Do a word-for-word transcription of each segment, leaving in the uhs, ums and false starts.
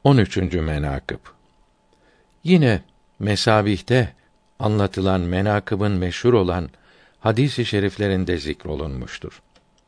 on üçüncü menakıb. Yine mesabihte anlatılan menakıbın meşhur olan hadis-i şeriflerinde zikrolunmuştur.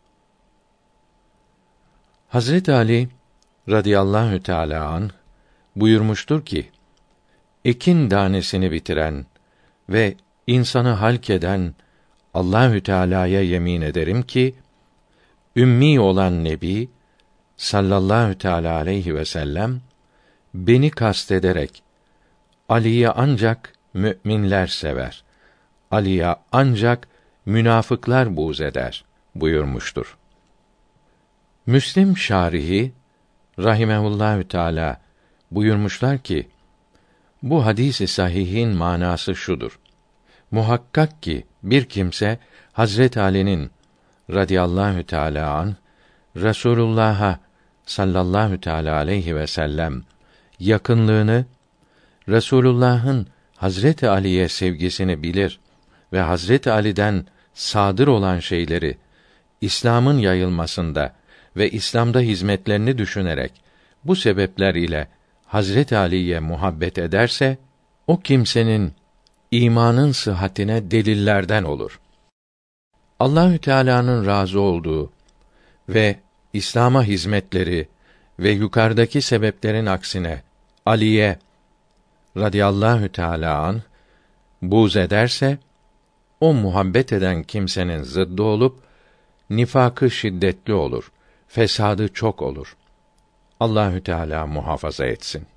Hazret Ali radıyallahu teâlâ anh buyurmuştur ki, ekin danesini bitiren ve insanı halk eden Allahü Teala'ya yemin ederim ki, ümmi olan Nebi sallallahu teâlâ aleyhi ve sellem beni kastederek Ali'yi ancak müminler sever, Ali'ye ancak münafıklar buğz eder buyurmuştur. Müslim şarihi rahimehullahü teâlâ buyurmuşlar ki, bu hadis-i sahihin manası şudur: muhakkak ki bir kimse Hazret Ali'nin radıyallahu teâlâ anh Resulullah'a sallallahu teâlâ aleyhi ve sellem yakınlığını, Resulullah'ın Hazreti Ali'ye sevgisini bilir ve Hazreti Ali'den sadır olan şeyleri İslam'ın yayılmasında ve İslam'da hizmetlerini düşünerek bu sebepler ile Hazreti Ali'ye muhabbet ederse, o kimsenin imanın sıhhatine delillerden olur. Allahü Teala'nın razı olduğu ve İslam'a hizmetleri ve yukarıdaki sebeplerin aksine Ali'ye radıyallahu teâlâ anh buğz ederse, o muhabbet eden kimsenin zıddı olup nifakı şiddetli olur, fesadı çok olur. Allahü Teala muhafaza etsin.